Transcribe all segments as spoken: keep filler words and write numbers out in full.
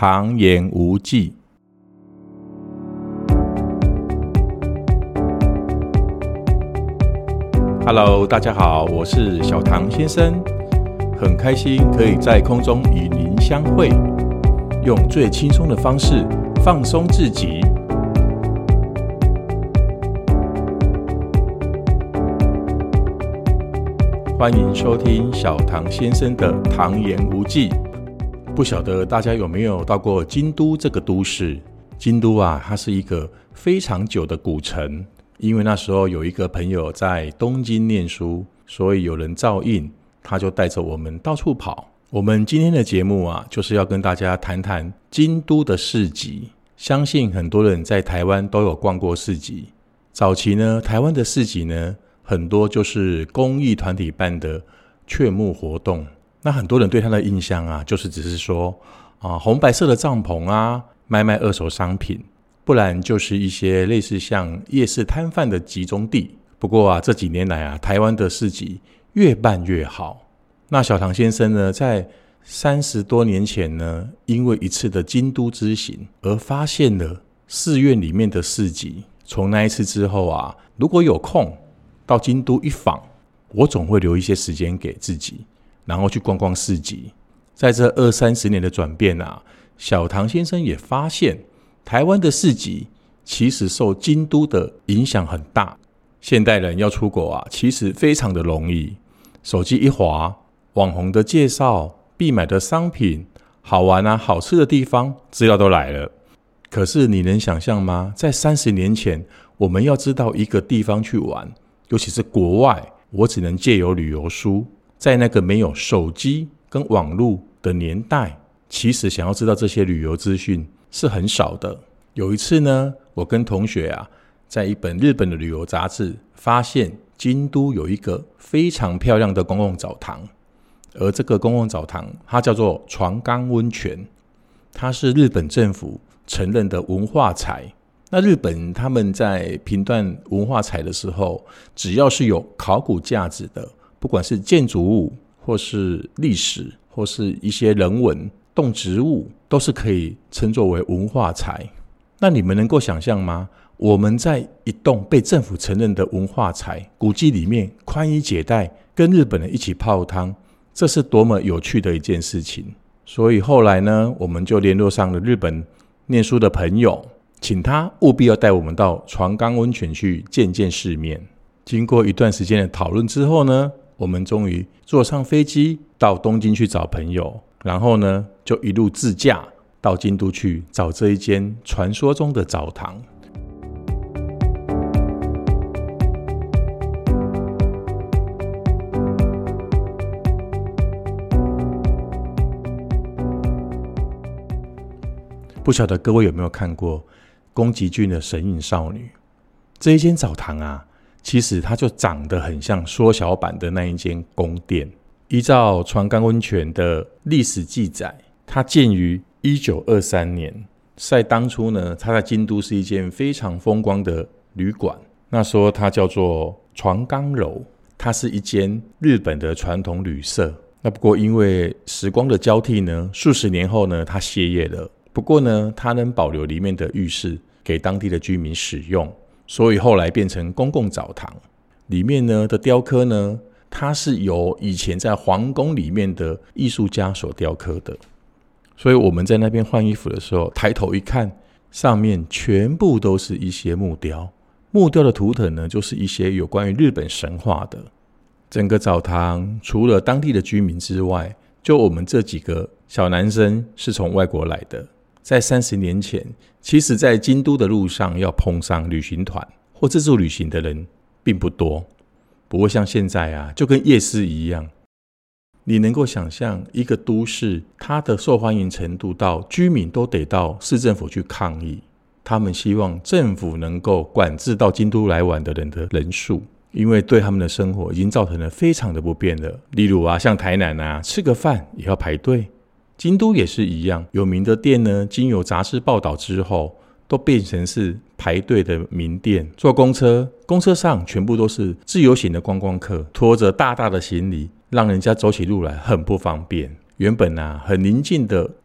唐言无忌。Hello， 大家好，我是小唐先生，很开心可以在空中与您相会，用最轻松的方式放松自己。欢迎收听小唐先生的唐言无忌。不晓得大家有没有到过京都这个都市？京都啊，它是一个非常久的古城，因为那时候有一个朋友在东京念书，所以有人照应，他就带着我们到处跑。我们今天的节目啊，就是要跟大家谈谈京都的市集。相信很多人在台湾都有逛过市集。早期呢，台湾的市集呢，很多就是公益团体办的劝募活动。那很多人对他的印象啊，就是只是说啊，红白色的帐篷啊，卖卖二手商品，不然就是一些类似像夜市摊贩的集中地。不过啊，这几年来啊，台湾的市集越办越好。那小唐先生呢，在三十多年前呢，因为一次的京都之行而发现了寺院里面的市集。从那一次之后啊，如果有空到京都一访，我总会留一些时间给自己，然后去逛逛市集。在这二三十年的转变啊，小唐先生也发现，台湾的市集其实受京都的影响很大。现代人要出国啊，其实非常的容易，手机一滑，网红的介绍、必买的商品、好玩啊、好吃的地方，资料都来了。可是你能想象吗？在三十年前，我们要知道一个地方去玩，尤其是国外，我只能借由旅游书。在那个没有手机跟网络的年代，其实想要知道这些旅游资讯是很少的。有一次呢，我跟同学啊，在一本日本的旅游杂志发现京都有一个非常漂亮的公共澡堂，而这个公共澡堂它叫做船冈温泉，它是日本政府承认的文化财。那日本他们在评断文化财的时候，只要是有考古价值的，不管是建筑物或是历史或是一些人文动植物，都是可以称作为文化财。那你们能够想象吗？我们在一栋被政府承认的文化财古迹里面宽衣解带，跟日本人一起泡汤，这是多么有趣的一件事情。所以后来呢，我们就联络上了日本念书的朋友，请他务必要带我们到船冈温泉去见见世面。经过一段时间的讨论之后呢，我们终于坐上飞机到东京去找朋友，然后呢，就一路自驾到京都去找这一间传说中的澡堂。不晓得各位有没有看过宫崎骏的《神隐少女》？这一间澡堂啊，其实它就长得很像缩小版的那一间宫殿。依照船冈温泉的历史记载，它建于一九二三年。在当初呢，它在京都是一间非常风光的旅馆。那时候它叫做船冈楼，它是一间日本的传统旅社。那不过因为时光的交替呢，数十年后呢，它歇业了。不过呢，它能保留里面的浴室给当地的居民使用，所以后来变成公共澡堂。里面呢的雕刻呢，它是由以前在皇宫里面的艺术家所雕刻的。所以我们在那边换衣服的时候，抬头一看，上面全部都是一些木雕。木雕的图腾呢，就是一些有关于日本神话的。整个澡堂除了当地的居民之外，就我们这几个小男生是从外国来的。在三十年前，其实在京都的路上要碰上旅行团或自助旅行的人并不多。不过像现在啊，就跟夜市一样，你能够想象一个都市它的受欢迎程度到居民都得到市政府去抗议，他们希望政府能够管制到京都来玩的人的人数，因为对他们的生活已经造成了非常的不便了。例如啊，像台南啊，吃个饭也要排队。京都也是一样，有名的店呢，经由杂志报道之后，都变成是排队的名店。坐公车，公车上全部都是自由行的观光客，拖着大大的行李，让人家走起路来很不方便。原本啊很宁静的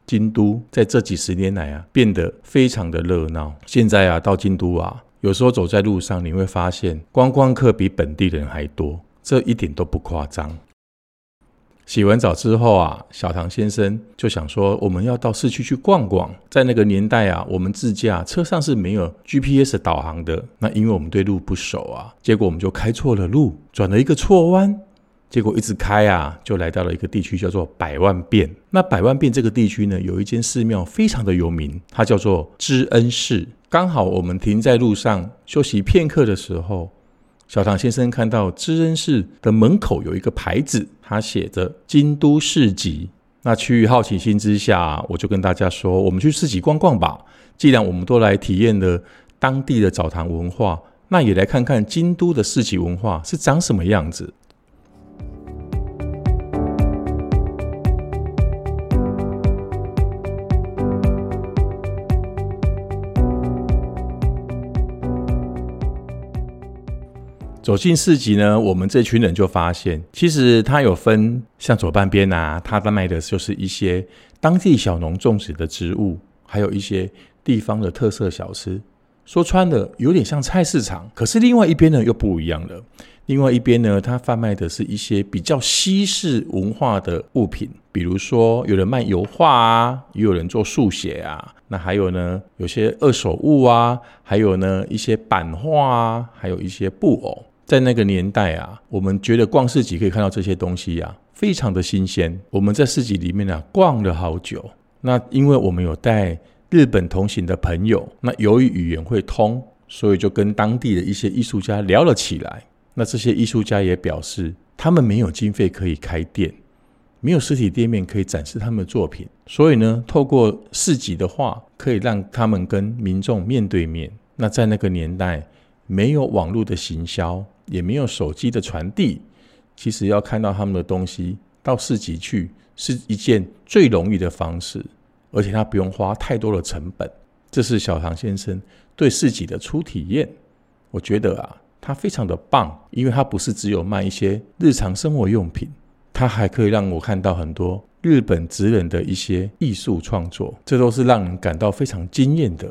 京都在这几十年来啊，变得非常的热闹。现在啊，到京都啊，有时候走在路上，你会发现观光客比本地人还多，这一点都不夸张。洗完澡之后啊，小唐先生就想说，我们要到市区去逛逛。在那个年代啊，我们自驾车上是没有 G P S 导航的，那因为我们对路不熟啊，结果我们就开错了路，转了一个错弯。结果一直开啊，就来到了一个地区叫做百万遍。那百万遍这个地区呢，有一间寺庙非常的有名，它叫做知恩寺。刚好我们停在路上休息片刻的时候，小唐先生看到知恩寺的门口有一个牌子，它写着京都市集。那出于好奇心之下，我就跟大家说，我们去市集逛逛吧。既然我们都来体验了当地的澡堂文化，那也来看看京都的市集文化是长什么样子。走进市集呢，我们这群人就发现，其实它有分像左半边啊，它卖的就是一些当地小农种植的植物，还有一些地方的特色小吃。说穿了，有点像菜市场。可是另外一边呢，又不一样了。另外一边呢，它贩卖的是一些比较西式文化的物品，比如说有人卖油画啊，也有人做速写啊。那还有呢，有些二手物啊，还有呢一些版画啊，还有一些布偶。在那个年代啊，我们觉得逛市集可以看到这些东西啊，非常的新鲜。我们在市集里面啊逛了好久。那因为我们有带日本同行的朋友，那由于语言会通，所以就跟当地的一些艺术家聊了起来。那这些艺术家也表示，他们没有经费可以开店，没有实体店面可以展示他们的作品，所以呢，透过市集的话，可以让他们跟民众面对面。那在那个年代，没有网络的行销，也没有手机的传递，其实要看到他们的东西，到市集去是一件最容易的方式，而且他不用花太多的成本。这是小唐先生对市集的初体验，我觉得啊，他非常的棒，因为他不是只有卖一些日常生活用品，他还可以让我看到很多日本职人的一些艺术创作，这都是让人感到非常惊艳的。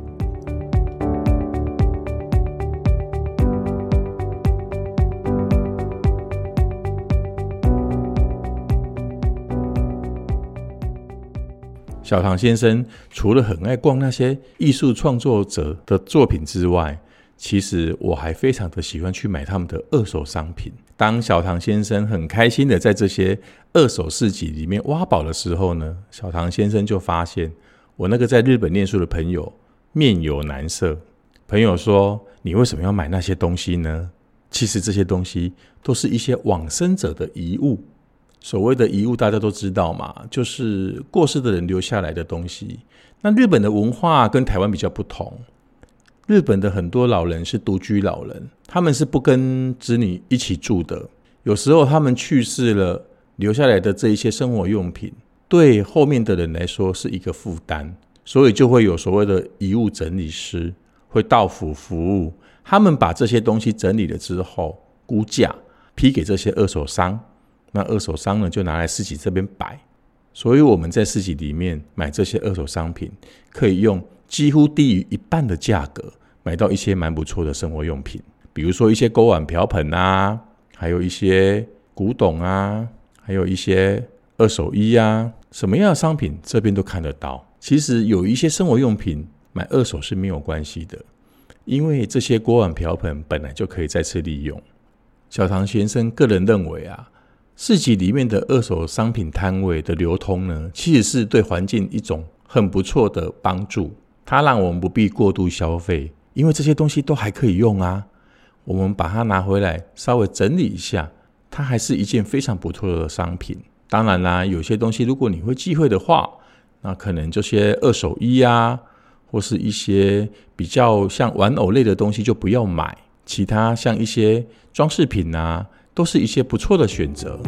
小唐先生除了很爱逛那些艺术创作者的作品之外，其实我还非常的喜欢去买他们的二手商品。当小唐先生很开心的在这些二手市集里面挖宝的时候呢，小唐先生就发现我那个在日本念书的朋友面有难色。朋友说，你为什么要买那些东西呢？其实这些东西都是一些往生者的遗物。所谓的遗物大家都知道嘛，就是过世的人留下来的东西。那日本的文化跟台湾比较不同，日本的很多老人是独居老人，他们是不跟子女一起住的。有时候他们去世了，留下来的这一些生活用品，对后面的人来说是一个负担，所以就会有所谓的遗物整理师会到府服务。他们把这些东西整理了之后，估价批给这些二手商。那二手商呢，就拿来市集这边摆，所以我们在市集里面买这些二手商品，可以用几乎低于一半的价格买到一些蛮不错的生活用品，比如说一些锅碗瓢盆啊，还有一些古董啊，还有一些二手衣啊，什么样的商品这边都看得到。其实有一些生活用品买二手是没有关系的，因为这些锅碗瓢盆本来就可以再次利用。小唐先生个人认为啊，市集里面的二手商品摊位的流通呢，其实是对环境一种很不错的帮助。它让我们不必过度消费，因为这些东西都还可以用啊。我们把它拿回来稍微整理一下，它还是一件非常不错的商品。当然啦，有些东西如果你会忌讳的话，那可能这些二手衣啊，或是一些比较像玩偶类的东西就不要买。其他像一些装饰品啊，都是一些不错的选择。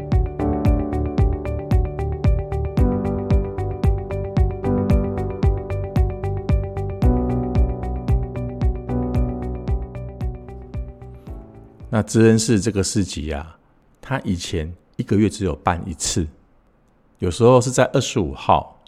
那知恩寺这个市集啊，它以前一个月只有办一次，有时候是在二十五号，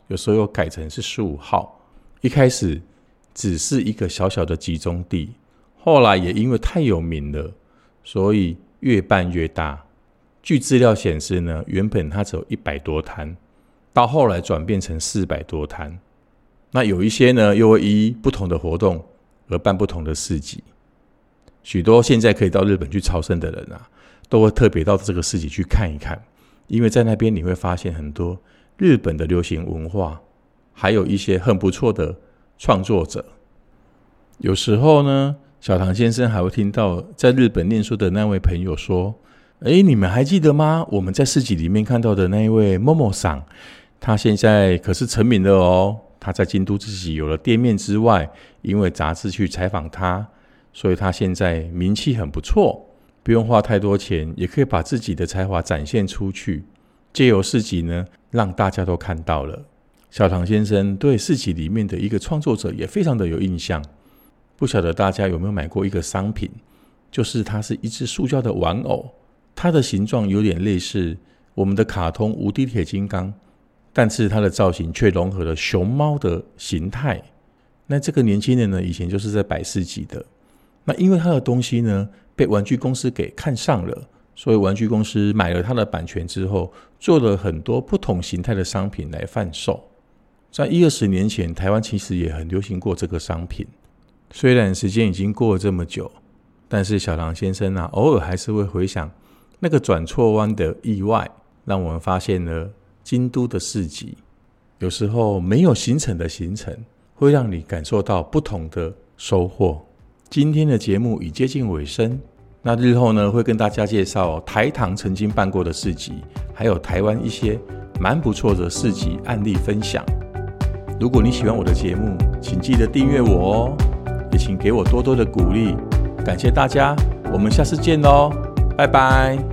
有时候又改成是十五号。一开始只是一个小小的集中地，后来也因为太有名了，所以越办越大。据资料显示呢，原本它只有一百多摊，到后来转变成四百多摊。那有一些呢，又会依不同的活动而办不同的市集。许多现在可以到日本去朝圣的人啊，都会特别到这个市集去看一看，因为在那边你会发现很多日本的流行文化，还有一些很不错的创作者。有时候呢，小唐先生还会听到在日本念书的那位朋友说，诶，你们还记得吗？我们在市集里面看到的那一位 Momo 桑，他现在可是成名了哦。他在京都自己有了店面之外，因为杂志去采访他，所以他现在名气很不错，不用花太多钱，也可以把自己的才华展现出去。借由市集呢，让大家都看到了。小唐先生对市集里面的一个创作者也非常的有印象。不晓得大家有没有买过一个商品，就是它是一只塑胶的玩偶，它的形状有点类似我们的卡通无敌铁金刚，但是它的造型却融合了熊猫的形态。那这个年轻人呢，以前就是在摆市集的。那因为他的东西呢，被玩具公司给看上了，所以玩具公司买了他的版权之后，做了很多不同形态的商品来贩售。在一二十年前，台湾其实也很流行过这个商品。虽然时间已经过了这么久，但是小唐先生啊，偶尔还是会回想那个转错弯的意外，让我们发现了京都的市集。有时候没有行程的行程，会让你感受到不同的收获。今天的节目已接近尾声，那日后呢，会跟大家介绍台糖曾经办过的市集，还有台湾一些蛮不错的市集案例分享。如果你喜欢我的节目，请记得订阅我哦，也请给我多多的鼓励，感谢大家，我们下次见咯，拜拜。